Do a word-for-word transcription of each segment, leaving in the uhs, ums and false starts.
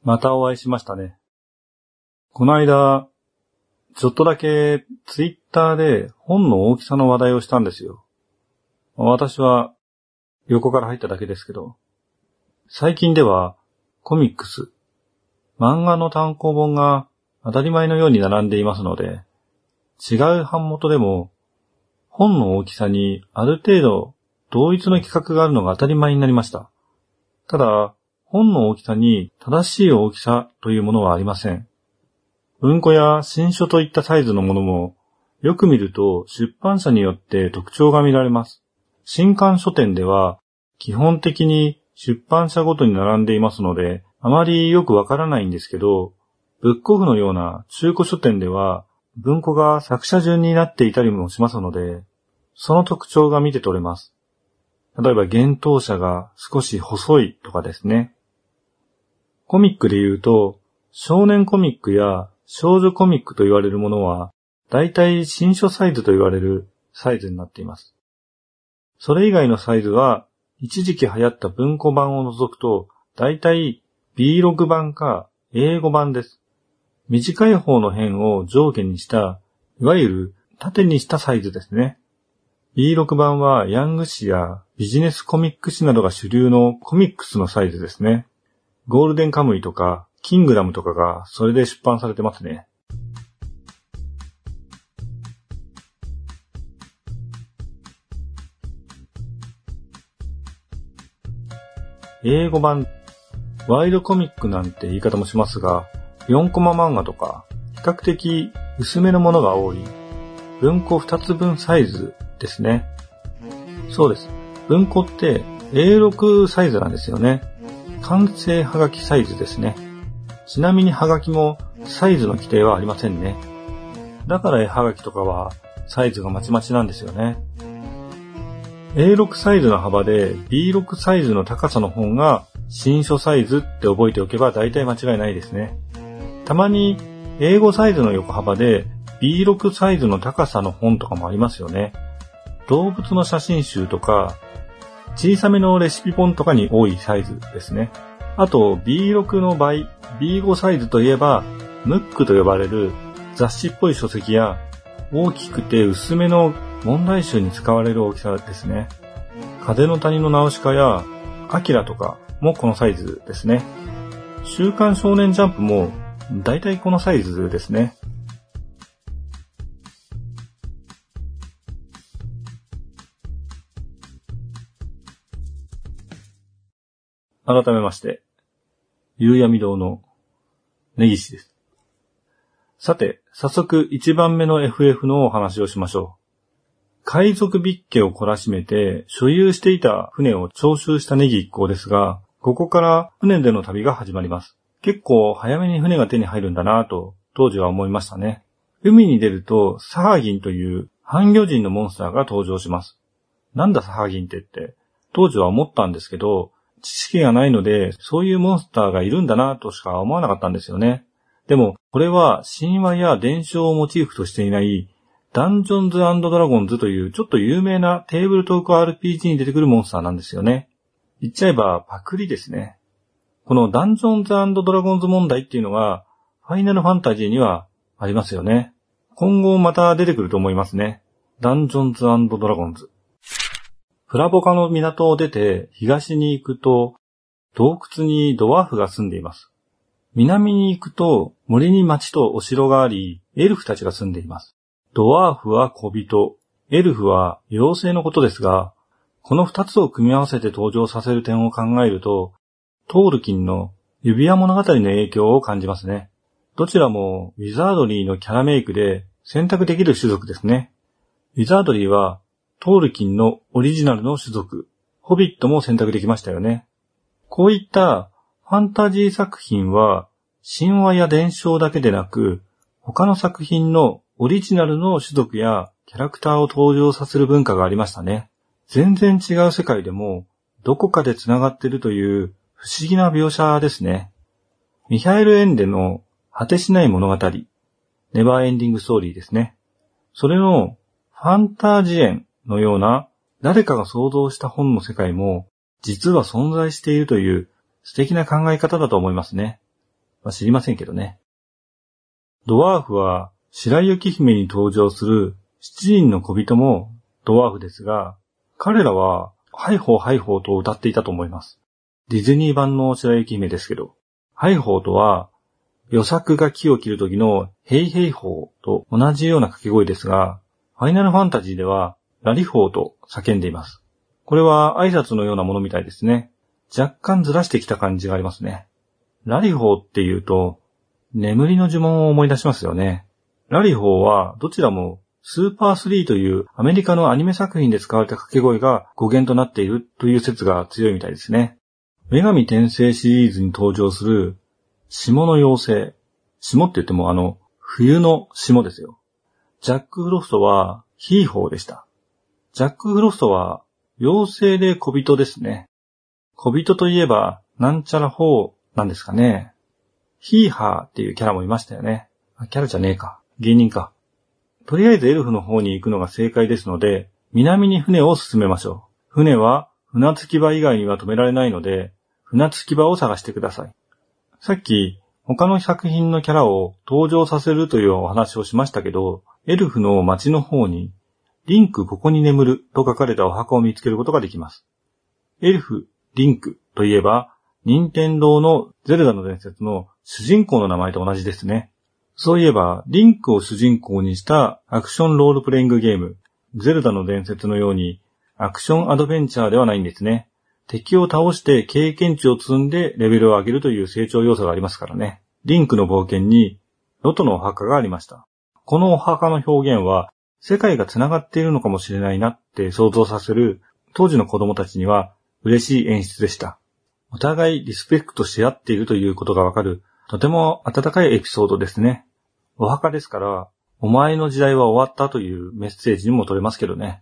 またお会いしましたね。この間、ちょっとだけツイッターで本の大きさの話題をしたんですよ。私は横から入っただけですけど、最近ではコミックス、漫画の単行本が当たり前のように並んでいますので、違う版元でも本の大きさにある程度同一の規格があるのが当たり前になりました。ただ、本の大きさに正しい大きさというものはありません。文庫や新書といったサイズのものも、よく見ると出版社によって特徴が見られます。新刊書店では、基本的に出版社ごとに並んでいますので、あまりよくわからないんですけど、ブックオフのような中古書店では、文庫が作者順になっていたりもしますので、その特徴が見て取れます。例えば、幻冬舎が少し細いとかですね。コミックで言うと、少年コミックや少女コミックと言われるものは、だいたい新書サイズと言われるサイズになっています。それ以外のサイズは、一時期流行った文庫版を除くと、だいたい ビーろく 版か英語版です。短い方の辺を上下にした、いわゆる縦にしたサイズですね。ビーろく 版はヤング誌やビジネスコミック誌などが主流のコミックスのサイズですね。ゴールデンカムイとかキングダムとかがそれで出版されてますね。英語版、ワイドコミックなんて言い方もしますが、よんコマ漫画とか比較的薄めのものが多い文庫ふたつぶんサイズですね。そうです。文庫って エーろく サイズなんですよね。完成はがきサイズですね。ちなみにはがきもサイズの規定はありませんね。だから絵はがきとかはサイズがまちまちなんですよね。エーろく サイズの幅で ビーろく サイズの高さの本が新書サイズって覚えておけば大体間違いないですね。たまに英語サイズの横幅で ビーろく サイズの高さの本とかもありますよね。動物の写真集とか小さめのレシピ本とかに多いサイズですね。あと ビーろく の倍、ビーご サイズといえばムックと呼ばれる雑誌っぽい書籍や大きくて薄めの問題集に使われる大きさですね。風の谷のナウシカやアキラとかもこのサイズですね。週刊少年ジャンプもだいたいこのサイズですね。改めまして、夕闇堂の根岸です。さて、早速いちばんめの エフエフ のお話をしましょう。海賊ビッケを懲らしめて所有していた船を徴収したネギ一行ですが、ここから船での旅が始まります。結構早めに船が手に入るんだなぁと当時は思いましたね。海に出るとサハギンという半魚人のモンスターが登場します。なんだサハギンってって当時は思ったんですけど、知識がないのでそういうモンスターがいるんだなぁとしか思わなかったんですよね。でもこれは神話や伝承をモチーフとしていないダンジョンズ&ドラゴンズというちょっと有名なテーブルトーク アールピージー に出てくるモンスターなんですよね。言っちゃえばパクリですね。このダンジョンズ&ドラゴンズ問題っていうのがファイナルファンタジーにはありますよね。今後また出てくると思いますね。ダンジョンズ&ドラゴンズ。プラボカの港を出て東に行くと洞窟にドワーフが住んでいます。南に行くと森に町とお城があり、エルフたちが住んでいます。ドワーフは小人、エルフは妖精のことですが、この二つを組み合わせて登場させる点を考えると、トールキンの指輪物語の影響を感じますね。どちらもウィザードリーのキャラメイクで選択できる種族ですね。ウィザードリーはトールキンのオリジナルの種族、ホビットも選択できましたよね。こういったファンタジー作品は神話や伝承だけでなく、他の作品のオリジナルの種族やキャラクターを登場させる文化がありましたね。全然違う世界でもどこかで繋がっているという不思議な描写ですね。ミハエル・エンデの果てしない物語、ネバーエンディングストーリーですね。それのファンタジエンのような誰かが想像した本の世界も実は存在しているという素敵な考え方だと思いますね。 まあ、知りませんけどね。ドワーフは白雪姫に登場する七人の小人もドワーフですが、彼らはハイホーハイホーと歌っていたと思います。ディズニー版の白雪姫ですけど、ハイホーとは予作が木を切る時のヘイヘイホーと同じような掛け声ですが、ファイナルファンタジーではラリホーと叫んでいます。これは挨拶のようなものみたいですね。若干ずらしてきた感じがありますね。ラリホーっていうと、眠りの呪文を思い出しますよね。ラリホーはどちらもスーパースリーというアメリカのアニメ作品で使われた掛け声が語源となっているという説が強いみたいですね。女神転生シリーズに登場する霜の妖精。霜って言ってもあの冬の霜ですよ。ジャック・フロストはヒーホーでした。ジャック・フロストは妖精で小人ですね。小人といえばなんちゃらホーなんですかね。ヒーハーっていうキャラもいましたよね。キャラじゃねえか。芸人か。とりあえずエルフの方に行くのが正解ですので、南に船を進めましょう。船は船着き場以外には止められないので、船着き場を探してください。さっき他の作品のキャラを登場させるというお話をしましたけど、エルフの町の方にリンクここに眠ると書かれたお墓を見つけることができます。エルフ、リンクといえば、任天堂のゼルダの伝説の主人公の名前と同じですね。そういえば、リンクを主人公にしたアクションロールプレイングゲーム、ゼルダの伝説のようにアクションアドベンチャーではないんですね。敵を倒して経験値を積んでレベルを上げるという成長要素がありますからね。リンクの冒険にロトのお墓がありました。このお墓の表現は世界が繋がっているのかもしれないなって想像させる当時の子供たちには嬉しい演出でした。お互いリスペクトし合っているということがわかるとても温かいエピソードですね。お墓ですから、お前の時代は終わったというメッセージにも取れますけどね。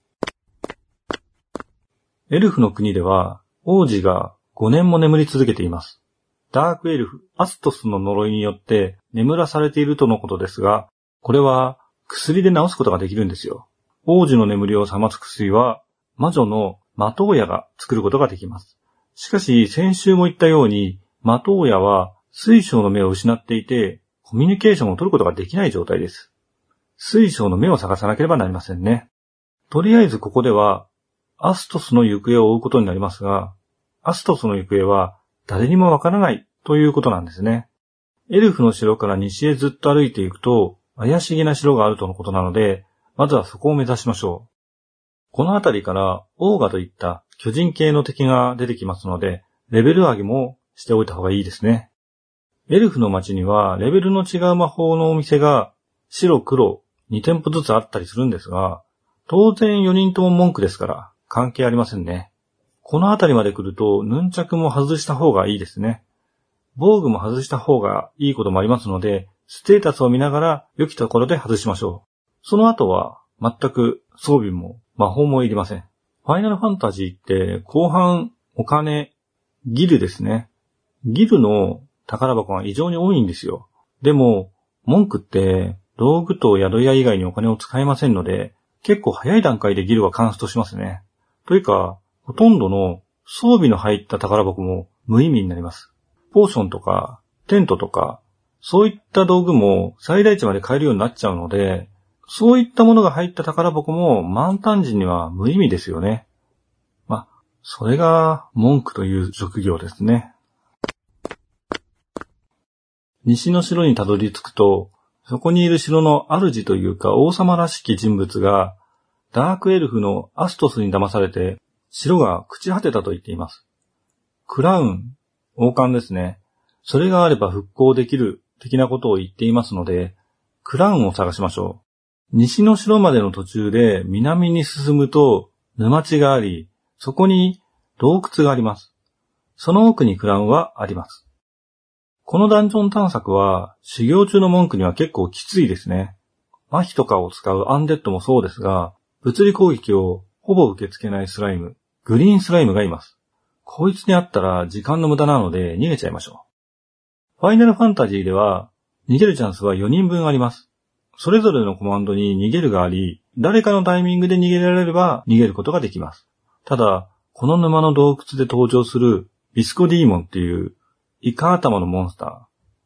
エルフの国では王子がごねんも眠り続けています。ダークエルフ、アストスの呪いによって眠らされているとのことですが、これは薬で治すことができるんですよ。王子の眠りを覚ます薬は魔女のマトウヤが作ることができます。しかし先週も言ったように、マトウヤは水晶の目を失っていて、コミュニケーションを取ることができない状態です。水晶の目を探さなければなりませんね。とりあえずここでは、アストスの行方を追うことになりますが、アストスの行方は誰にもわからないということなんですね。エルフの城から西へずっと歩いていくと、怪しげな城があるとのことなので、まずはそこを目指しましょう。この辺りからオーガといった巨人系の敵が出てきますので、レベル上げもしておいた方がいいですね。エルフの街にはレベルの違う魔法のお店が白黒に店舗ずつあったりするんですが、当然よにんとも文句ですから関係ありませんね。この辺りまで来るとヌンチャクも外した方がいいですね。防具も外した方がいいこともありますので、ステータスを見ながら良きところで外しましょう。その後は全く装備も魔法もいりません。ファイナルファンタジーって後半お金、ギルですね。ギルの宝箱が異常に多いんですよ。でも、文句って道具と宿屋以外にお金を使えませんので、結構早い段階でギルはカンストしますね。というか、ほとんどの装備の入った宝箱も無意味になります。ポーションとかテントとか、そういった道具も最大値まで買えるようになっちゃうので、そういったものが入った宝箱も満タン時には無意味ですよね。まあ、それが文句という職業ですね。西の城にたどり着くと、そこにいる城の主というか王様らしき人物が、ダークエルフのアストスに騙されて、城が朽ち果てたと言っています。クラウン、王冠ですね。それがあれば復興できる的なことを言っていますので、クラウンを探しましょう。西の城までの途中で南に進むと沼地があり、そこに洞窟があります。その奥にクラウンはあります。このダンジョン探索は修行中の文句には結構きついですね。麻痺とかを使うアンデッドもそうですが、物理攻撃をほぼ受け付けないスライム、グリーンスライムがいます。こいつに会ったら時間の無駄なので逃げちゃいましょう。ファイナルファンタジーでは逃げるチャンスはよにんぶんあります。それぞれのコマンドに逃げるがあり、誰かのタイミングで逃げられれば逃げることができます。ただ、この沼の洞窟で登場するビスコディーモンっていうイカ頭のモンスター。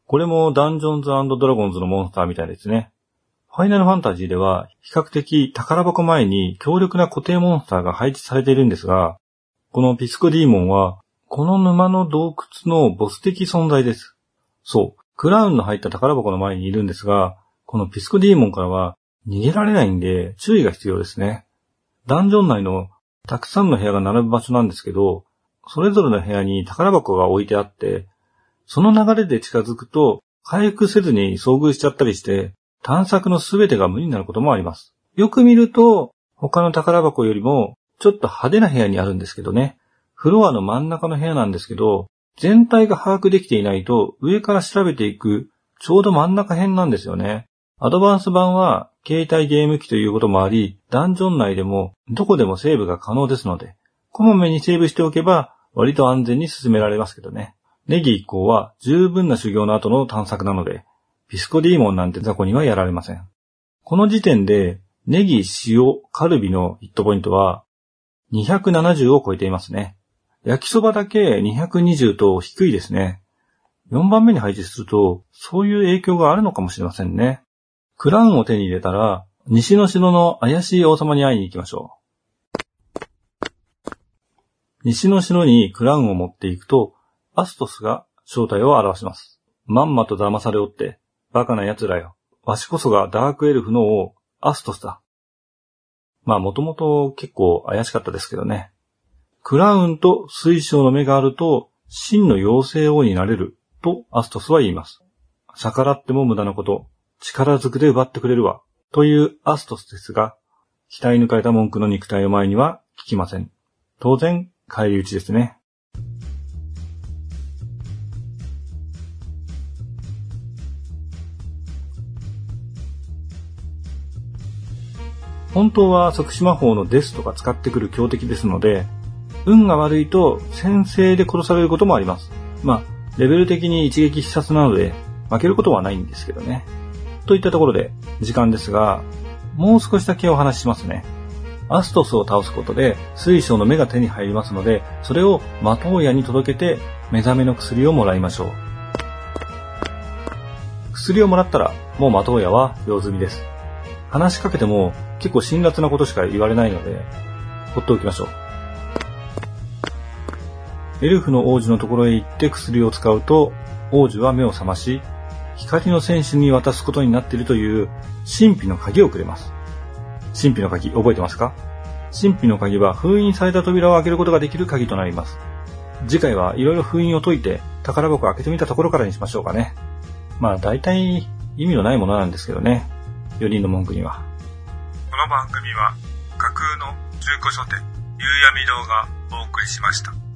これもダンジョンズ&ドラゴンズのモンスターみたいですね。ファイナルファンタジーでは比較的宝箱前に強力な固定モンスターが配置されているんですが、このピスコディーモンはこの沼の洞窟のボス的存在です。そう、クラウンの入った宝箱の前にいるんですが、このピスコディーモンからは逃げられないんで注意が必要ですね。ダンジョン内のたくさんの部屋が並ぶ場所なんですけど、それぞれの部屋に宝箱が置いてあって、その流れで近づくと回復せずに遭遇しちゃったりして、探索のすべてが無になることもあります。よく見ると、他の宝箱よりもちょっと派手な部屋にあるんですけどね。フロアの真ん中の部屋なんですけど、全体が把握できていないと上から調べていくちょうど真ん中辺なんですよね。アドバンス版は携帯ゲーム機ということもあり、ダンジョン内でもどこでもセーブが可能ですので、こまめにセーブしておけば割と安全に進められますけどね。ネギ一行は十分な修行の後の探索なので、ピスコディーモンなんて雑魚にはやられません。この時点でネギ、塩、カルビのヒットポイントはにひゃくななじゅうを超えていますね。焼きそばだけにひゃくにじゅうと低いですね。よんばんめに配置するとそういう影響があるのかもしれませんね。クラウンを手に入れたら西の城の怪しい王様に会いに行きましょう。西の城にクラウンを持っていくとアストスが正体を表します。まんまと騙されおって、バカな奴らよ。わしこそがダークエルフの王、アストスだ。まあもともと結構怪しかったですけどね。クラウンと水晶の目があると真の妖精王になれるとアストスは言います。逆らっても無駄なこと、力ずくで奪ってくれるわというアストスですが、鍛え抜かれた文句の肉体を前には効きません。当然返り討ちですね。本当は即死魔法のデスとか使ってくる強敵ですので、運が悪いと先制で殺されることもあります。まあ、レベル的に一撃必殺なので負けることはないんですけどね。といったところで時間ですが、もう少しだけお話ししますね。アストスを倒すことで水晶の目が手に入りますので、それを魔刀屋に届けて目覚めの薬をもらいましょう。薬をもらったらもう魔刀屋は用済みです。話しかけても結構辛辣なことしか言われないので、ほっておきましょう。エルフの王子のところへ行って薬を使うと、王子は目を覚まし、光の戦士に渡すことになっているという神秘の鍵をくれます。神秘の鍵、覚えてますか？神秘の鍵は封印された扉を開けることができる鍵となります。次回はいろいろ封印を解いて宝箱を開けてみたところからにしましょうかね。まあ大体意味のないものなんですけどね。よにんの文句には。 この番組は架空の中古書店夕闇堂がお送りしました。